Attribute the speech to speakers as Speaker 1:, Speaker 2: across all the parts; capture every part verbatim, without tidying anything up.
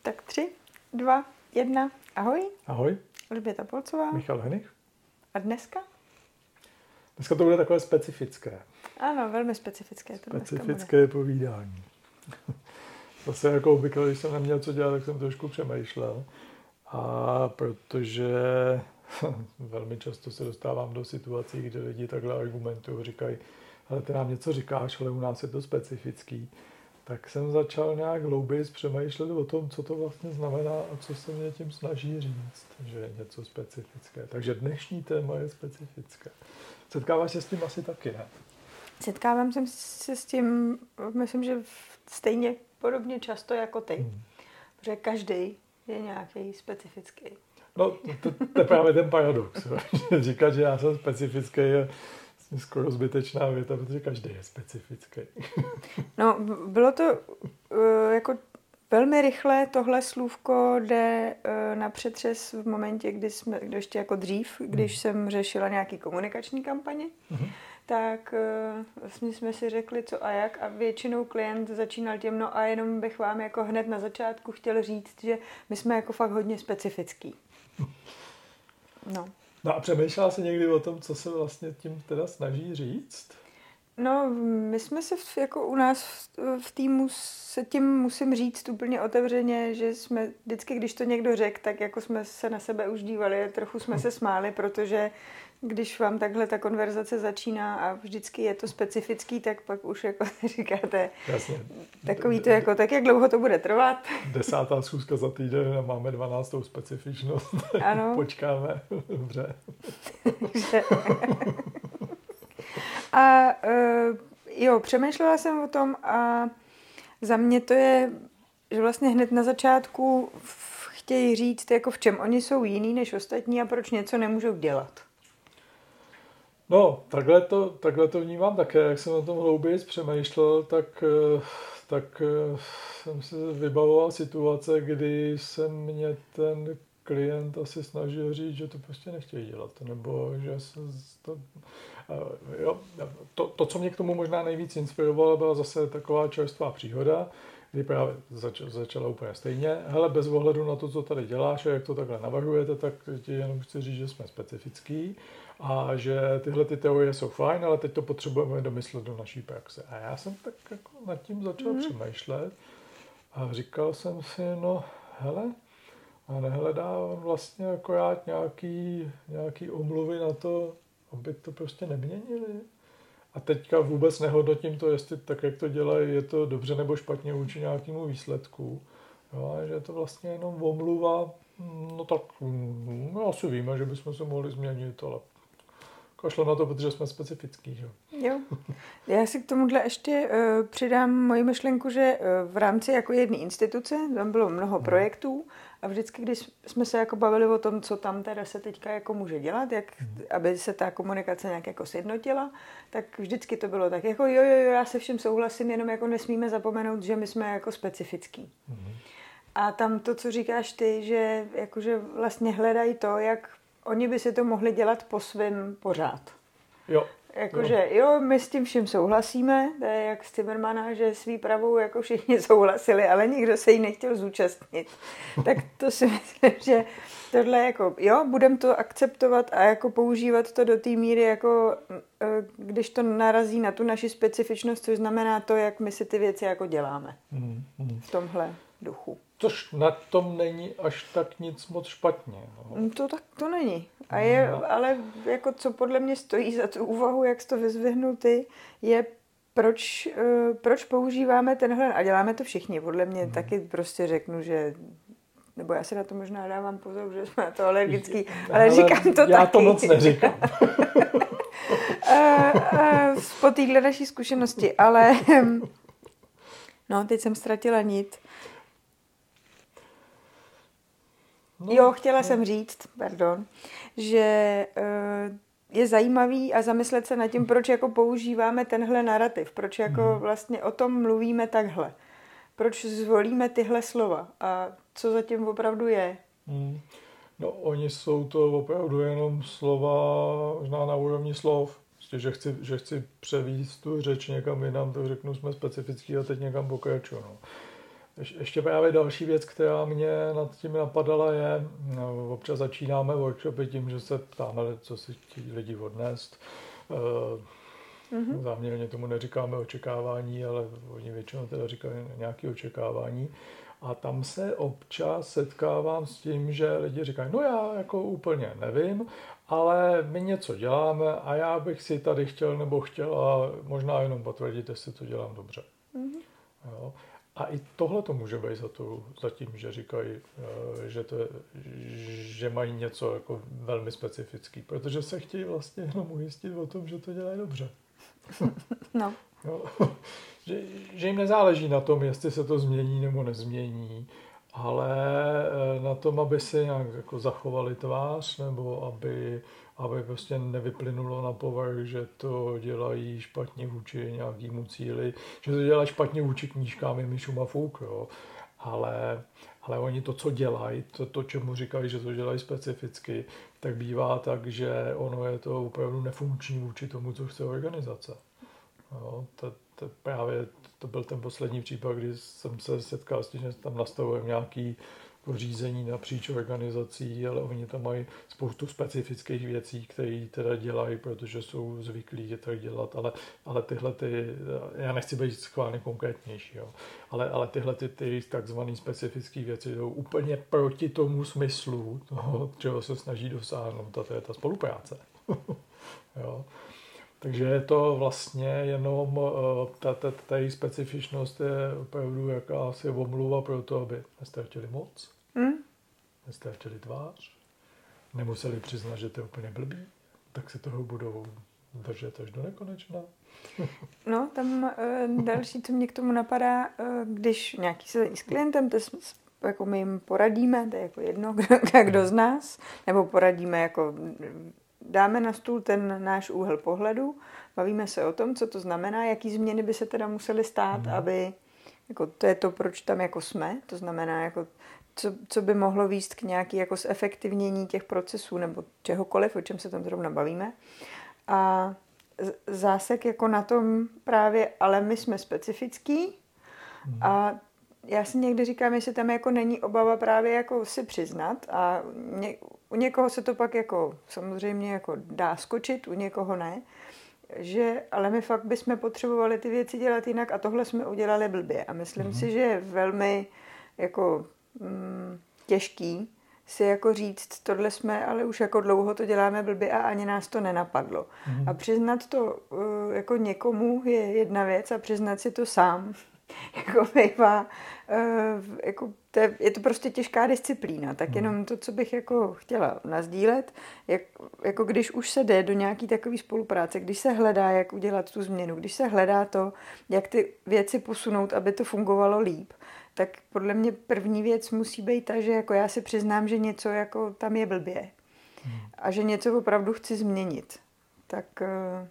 Speaker 1: Tak tři, dva, jedna. Ahoj.
Speaker 2: Ahoj.
Speaker 1: Elžběta Polcová.
Speaker 2: Michal Henich.
Speaker 1: A dneska?
Speaker 2: Dneska to bude takové specifické.
Speaker 1: Ano, velmi specifické. To
Speaker 2: specifické povídání. Zase jako obvykle, když jsem neměl co dělat, tak jsem trošku přemýšlel. A protože velmi často se dostávám do situací, kde lidi takhle argumentují, říkají, ale ty nám něco říkáš, ale u nás je to specifický. Tak jsem začal nějak hlouběji přemýšlet o tom, co to vlastně znamená a co se mě tím snaží říct, že je něco specifické. Takže dnešní téma je specifické. Setkáváš se s tím asi taky, ne?
Speaker 1: Setkávám se s tím, myslím, že stejně podobně často jako ty. Hmm. Protože každý je nějaký specifický.
Speaker 2: No, to, to je právě ten paradox. Říkat, že já jsem specifický, je skoro zbytečná věta, protože každý je specifický.
Speaker 1: No, bylo to uh, jako velmi rychle, tohle slůvko jde uh, na přetřes v momentě, kdy jsme, kdy ještě jako dřív, když hmm. jsem řešila nějaký komunikační kampaně, hmm. tak uh, vlastně jsme si řekli co a jak a většinou klient začínal tím, no a jenom bych vám jako hned na začátku chtěl říct, že my jsme jako fakt hodně specifický. No.
Speaker 2: No a přemýšlela jsi někdy o tom, co se vlastně tím teda snaží říct?
Speaker 1: No, my jsme se v, jako u nás v, v týmu se tím musím říct úplně otevřeně, že jsme vždycky, když to někdo řekl, tak jako jsme se na sebe už dívali, trochu jsme se smáli, protože když vám takhle ta konverzace začíná a vždycky je to specifický, tak pak už jako říkáte
Speaker 2: Jasně.
Speaker 1: Takový to jako, tak jak dlouho to bude trvat.
Speaker 2: Desátá schůzka za týden a máme dvanáctou specifičnost.
Speaker 1: Ano.
Speaker 2: Počkáme. Dobře.
Speaker 1: A uh, jo, přemýšlela jsem o tom a za mě to je, že vlastně hned na začátku chtějí říct, jako v čem oni jsou jiný než ostatní a proč něco nemůžou dělat.
Speaker 2: No, takhle to, takhle to vnímám také. Jak jsem o tom hlouběji přemýšlel, tak, tak jsem si vybavoval situace, kdy se mě ten klient asi snažil říct, že to prostě nechtějí dělat. Nebo že se to, jo, to, to, co mě k tomu možná nejvíc inspirovalo, byla zase taková čerstvá příhoda, kdy právě zač, začala úplně stejně. Hele, bez ohledu na to, co tady děláš a jak to takhle navrhujete, tak ti jenom chci říct, že jsme specifický a že tyhle ty teorie jsou fajn, ale teď to potřebujeme domyslet do naší praxe. A já jsem tak jako nad tím začal mm. přemýšlet a říkal jsem si, no hele, a nehledá on vlastně akorát nějaký, nějaký omluvy na to, aby to prostě neměnili. A teďka vůbec nehodnotím to, jestli tak, jak to dělají, je to dobře nebo špatně vůči nějakému výsledku. Jo, že je to vlastně jenom omluva, no tak no, asi víme, že bychom se mohli změnit, ale kašlo na to, protože jsme specifický. Že?
Speaker 1: Jo. Já si k tomuhle ještě uh, přidám moji myšlenku, že uh, v rámci jako jedné instituce, tam bylo mnoho hmm. projektů a vždycky, když jsme se jako bavili o tom, co tam teda se teďka jako může dělat, jak, hmm. aby se ta komunikace nějak jako sjednotila, tak vždycky to bylo tak jako jo, jo, jo, já se všem souhlasím, jenom jako nesmíme zapomenout, že my jsme jako specifický. Hmm. A tam to, co říkáš ty, že jakože vlastně hledají to, jak oni by si to mohli dělat po svém pořád.
Speaker 2: Jo.
Speaker 1: Jakože jo, my s tím vším souhlasíme, to je jak z Timmermana, že svý pravou jako všichni souhlasili, ale nikdo se jí nechtěl zúčastnit. Tak to si myslím, že tohle jako, jo, budeme to akceptovat a jako používat to do té míry, jako když to narazí na tu naši specifičnost, což znamená to, jak my si ty věci jako děláme. Mm, mm. V tomhle duchu.
Speaker 2: Což na tom není až tak nic moc špatně. No.
Speaker 1: To tak to není. A je, no. Ale jako co podle mě stojí za tu úvahu, jak jsi to vyzvihnul ty, je proč, uh, proč používáme tenhle, a děláme to všichni, podle mě hmm. taky prostě řeknu, že, nebo já si na to možná dávám pozor, že jsme na to alergický, ale, ale říkám to já taky.
Speaker 2: Já to moc neříkám.
Speaker 1: uh, uh, po téhle naší zkušenosti, ale no, teď jsem ztratila nit. No, jo, chtěla no. jsem říct, pardon, že uh, je zajímavý a zamyslet se nad tím, proč jako používáme tenhle narrativ, proč jako hmm. vlastně o tom mluvíme takhle, proč zvolíme tyhle slova a co zatím opravdu je.
Speaker 2: Hmm. No, oni jsou to opravdu jenom slova, možná na úrovni slov, prostě, že chci, že chci převíst tu řeč někam jinam, tak řeknu, jsme specifický a teď někam pokračuju. No. ještě právě další věc, která mě nad tím napadala, je, no, občas začínáme workshopy tím, že se ptáme, co si chtějí lidi odnést. Mm-hmm. Záměrně tomu neříkáme očekávání, ale oni většinou teda říkají nějaké očekávání. A tam se občas setkávám s tím, že lidi říkají, no já jako úplně nevím, ale my něco děláme a já bych si tady chtěl nebo chtěla možná jenom potvrdit, jestli to dělám dobře. Mm-hmm. Jo. A i tohle to může být za, to, za tím, že říkají, že, to, že mají něco jako velmi specifický, protože se chtějí vlastně jenom ujistit o tom, že to dělají dobře.
Speaker 1: No.
Speaker 2: Jo. Že, že jim nezáleží na tom, jestli se to změní nebo nezmění, ale na tom, aby si nějak jako zachovali tvář, nebo aby, aby prostě nevyplynulo na povrch, že to dělají špatně vůči nějakému cíli, že to dělají špatně vůči knížkám, je myšům a fuk, jo. Ale, ale oni to, co dělají, to, to, čemu říkají, že to dělají specificky, tak bývá tak, že ono je to opravdu nefunkční vůči tomu, co chce organizace. Jo, to, to právě to byl ten poslední případ, kdy jsem se setkal s tím, že tam nastavujeme nějaký řízení napříč organizací, ale oni tam mají spoustu specifických věcí, které teda dělají, protože jsou zvyklí je tak dělat, ale, ale tyhle ty, já nechci být schválně konkrétnější, jo, ale, ale tyhle ty, ty takzvané specifické věci jdou úplně proti tomu smyslu toho, čeho se snaží dosáhnout, a to je ta spolupráce. Jo. Takže je to vlastně jenom, ta, ta, ta její specifičnost je opravdu jakási omluva pro to, aby neztratili moc, mm. neztratili tvář, nemuseli přiznat, že to je úplně blbý, tak se toho budou držet až do nekonečna.
Speaker 1: No, tam uh, další, co mě k tomu napadá, uh, když nějaký se s klientem, to jako my jim poradíme, to je jako jedno, kdo, kdo z nás, nebo poradíme jako... Dáme na stůl ten náš úhel pohledu, bavíme se o tom, co to znamená, jaký změny by se teda musely stát, mm. aby, jako to je to, proč tam jako jsme, to znamená, jako, co, co by mohlo vést k nějaký jako zefektivnění těch procesů nebo čehokoliv, o čem se tam zrovna bavíme. A zásek jako na tom právě, ale my jsme specifický mm. a já si někdy říkám, jestli tam jako není obava právě jako si přiznat a ně, u někoho se to pak jako samozřejmě jako dá skočit, u někoho ne, že ale my fakt bychom potřebovali ty věci dělat jinak a tohle jsme udělali blbě a myslím mm. si, že je velmi jako mm, těžký si jako říct, tohle jsme, ale už jako dlouho to děláme blbě a ani nás to nenapadlo. Mm. A přiznat to uh, jako někomu je jedna věc a přiznat si to sám jako bývá, uh, jako to je, je to prostě těžká disciplína, tak jenom to, co bych jako chtěla nasdílet, jak, jako když už se jde do nějaký takový spolupráce, když se hledá, jak udělat tu změnu, když se hledá to, jak ty věci posunout, aby to fungovalo líp, tak podle mě první věc musí být ta, že jako já si přiznám, že něco jako tam je blbě a že něco opravdu chci změnit. Tak... Uh,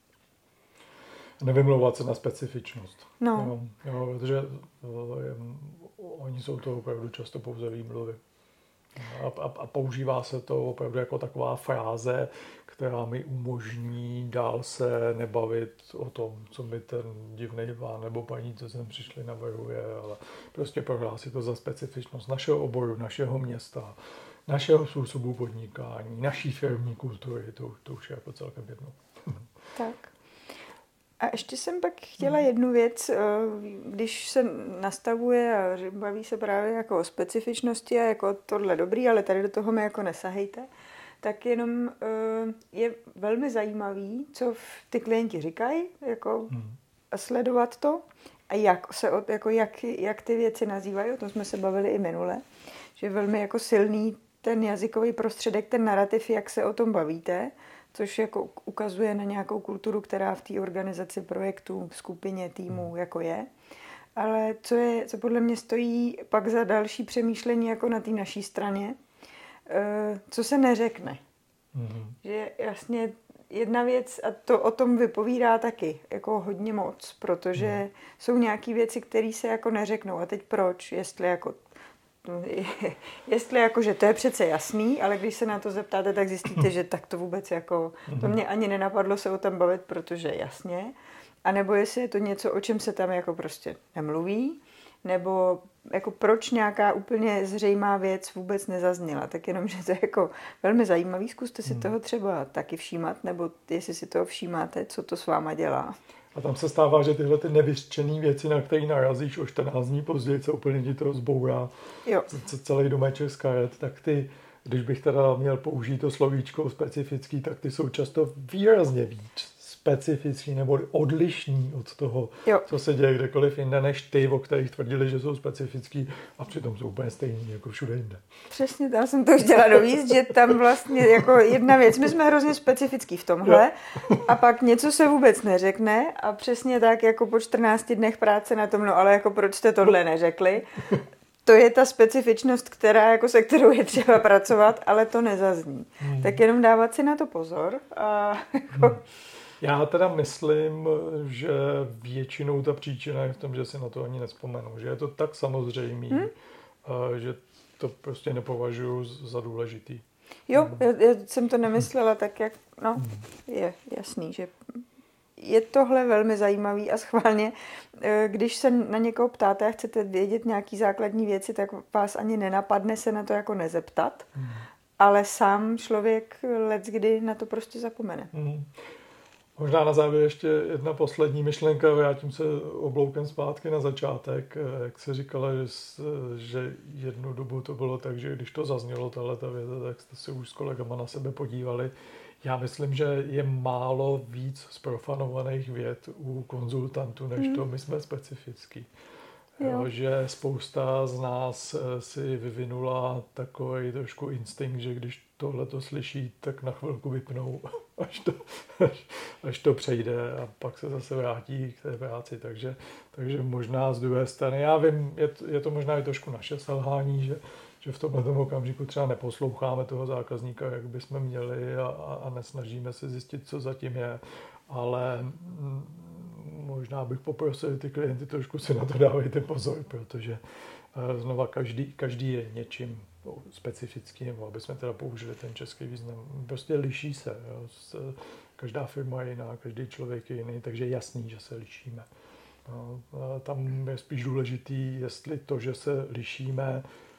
Speaker 2: Nevymlouvat se na specifičnost.
Speaker 1: No.
Speaker 2: Jo, jo, protože je, oni jsou to opravdu často pouze výmluvy. A, a, a používá se to opravdu jako taková fráze, která mi umožní dál se nebavit o tom, co mi ten divný pán nebo paní, co sem přišli, navrhuje, ale prostě prohlásit to za specifičnost našeho oboru, našeho města, našeho způsobu podnikání, naší firmní kultury, to, to už je jako celkem jedno.
Speaker 1: Tak. A ještě jsem pak chtěla jednu věc, když se nastavuje a baví se právě jako o specifičnosti a jako tohle dobrý, ale tady do toho mi jako nesahejte, tak jenom je velmi zajímavý, co ty klienti říkají, jako a sledovat to a jak se jako jak, jak ty věci nazývají, o tom jsme se bavili i minule, že je velmi jako silný ten jazykový prostředek, ten narrativ, jak se o tom bavíte, což jako ukazuje na nějakou kulturu, která v té organizaci projektu, skupině, týmu jako je. Ale co je, co podle mě stojí pak za další přemýšlení jako na té naší straně, co se neřekne. Mm-hmm. Že jasně jedna věc, a to o tom vypovídá taky jako hodně moc, protože mm. jsou nějaké věci, které se jako neřeknou. A teď proč? Jestli jako Jestli jako, že to je přece jasný, ale když se na to zeptáte, tak zjistíte, že tak to vůbec jako, to mě ani nenapadlo se o tom bavit, protože jasně, a nebo jestli je to něco, o čem se tam jako prostě nemluví, nebo jako proč nějaká úplně zřejmá věc vůbec nezazněla. Tak jenom, že to je jako velmi zajímavý, zkuste si hmm. toho třeba taky všímat, nebo jestli si toho všímáte, co to s váma dělá.
Speaker 2: A tam se stává, že tyhle ty nevyřčené věci, na které narazíš o čtrnáct dní později, co úplně ti to zbourá celý domeček z karet, tak ty, když bych teda měl použít to slovíčko specifický, tak ty jsou často výrazně víc specifický nebo odlišný od toho, jo. co se děje kdekoliv jinde, než ty, o kterých tvrdili, že jsou specifický a přitom jsou úplně stejný jako všude jinde. Přesně,
Speaker 1: tam jsem to chtěla dovíct, že tam vlastně jako jedna věc, my jsme hrozně specifický v tomhle jo. a pak něco se vůbec neřekne a přesně tak jako po čtrnácti dnech práce na tom, no ale jako proč jste tohle neřekli? To je ta specifičnost, která, jako se kterou je třeba pracovat, ale to nezazní. Hmm. Tak jenom dávat si na to pozor a jako...
Speaker 2: Hmm. Já teda myslím, že většinou ta příčina je v tom, že si na to ani nevzpomenu. Že je to tak samozřejmý, hmm? že to prostě nepovažuji za důležitý.
Speaker 1: Jo, já, já jsem to nemyslela tak, jak... No, je jasný, že je tohle velmi zajímavý a schválně, když se na někoho ptáte a chcete vědět nějaký základní věci, tak vás ani nenapadne se na to jako nezeptat, hmm. ale sám člověk leckdy na to prostě zapomene.
Speaker 2: Hmm. Možná na závěr ještě jedna poslední myšlenka, vrátím se obloukem zpátky na začátek. Jak se říkala, že, že jednu dobu to bylo tak, že když to zaznělo, tahleta věta, tak jste se už s kolegama na sebe podívali. Já myslím, že je málo víc zprofanovaných vět u konzultantů, než hmm. to my jsme specifický. Jo. Že spousta z nás si vyvinula takový trošku instinkt, že když tohle to slyší, tak na chvilku vypnou, až to, až, až to přejde a pak se zase vrátí k té práci. Takže, takže možná z druhé strany, já vím, je to, je to možná i trošku naše selhání, že, že v tomhle okamžiku třeba neposloucháme toho zákazníka, jak bychom měli a, a nesnažíme se zjistit, co zatím je, ale možná bych poprosil ty klienty trošku si na to dávejte pozor, protože znova každý, každý je něčím specifický, nebo aby jsme teda použili ten český význam. Prostě liší se. Jo. Každá firma je jiná, každý člověk je jiný, takže je jasný, že se lišíme. No, tam je spíš důležitý, jestli to, že se lišíme,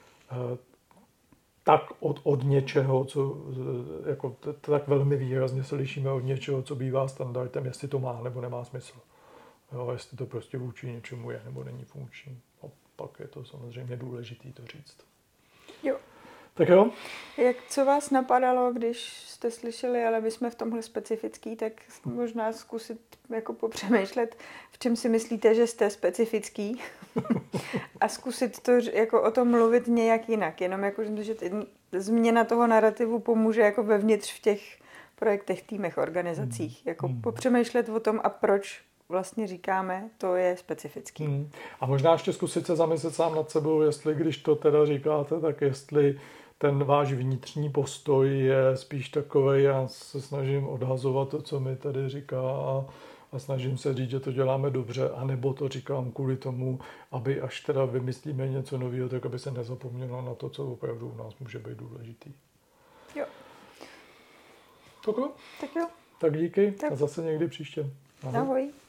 Speaker 2: tak od, od něčeho, co jako tak velmi výrazně se lišíme od něčeho, co bývá standardem, jestli to má nebo nemá smysl. Jo, jestli to prostě vůči něčemu je nebo není funkční. No, pak je to samozřejmě důležitý to říct.
Speaker 1: Jo.
Speaker 2: Tak jo.
Speaker 1: Jak co vás napadalo, když jste slyšeli, ale my jsme v tomhle specifický, tak možná zkusit jako popřemýšlet, v čem si myslíte, že jste specifický a zkusit to jako o tom mluvit nějak jinak. Jenom jako, že změna toho narrativu pomůže jako vevnitř v těch projektech, týmech, organizacích.
Speaker 2: Hmm.
Speaker 1: Jako popřemýšlet o tom a proč vlastně říkáme, to je specifický.
Speaker 2: Hmm. A možná ještě zkusit se zamyslet sám nad sebou, jestli když to teda říkáte, tak jestli ten váš vnitřní postoj je spíš takovej, já se snažím odhazovat to, co mi tady říká a, a snažím se říct, že to děláme dobře, anebo to říkám kvůli tomu, aby až teda vymyslíme něco nového, tak aby se nezapomnělo na to, co opravdu u nás může být důležitý.
Speaker 1: Jo.
Speaker 2: Tak jo?
Speaker 1: Tak jo.
Speaker 2: Tak díky tak. A zase někdy příště.
Speaker 1: Ahoj. Ahoj.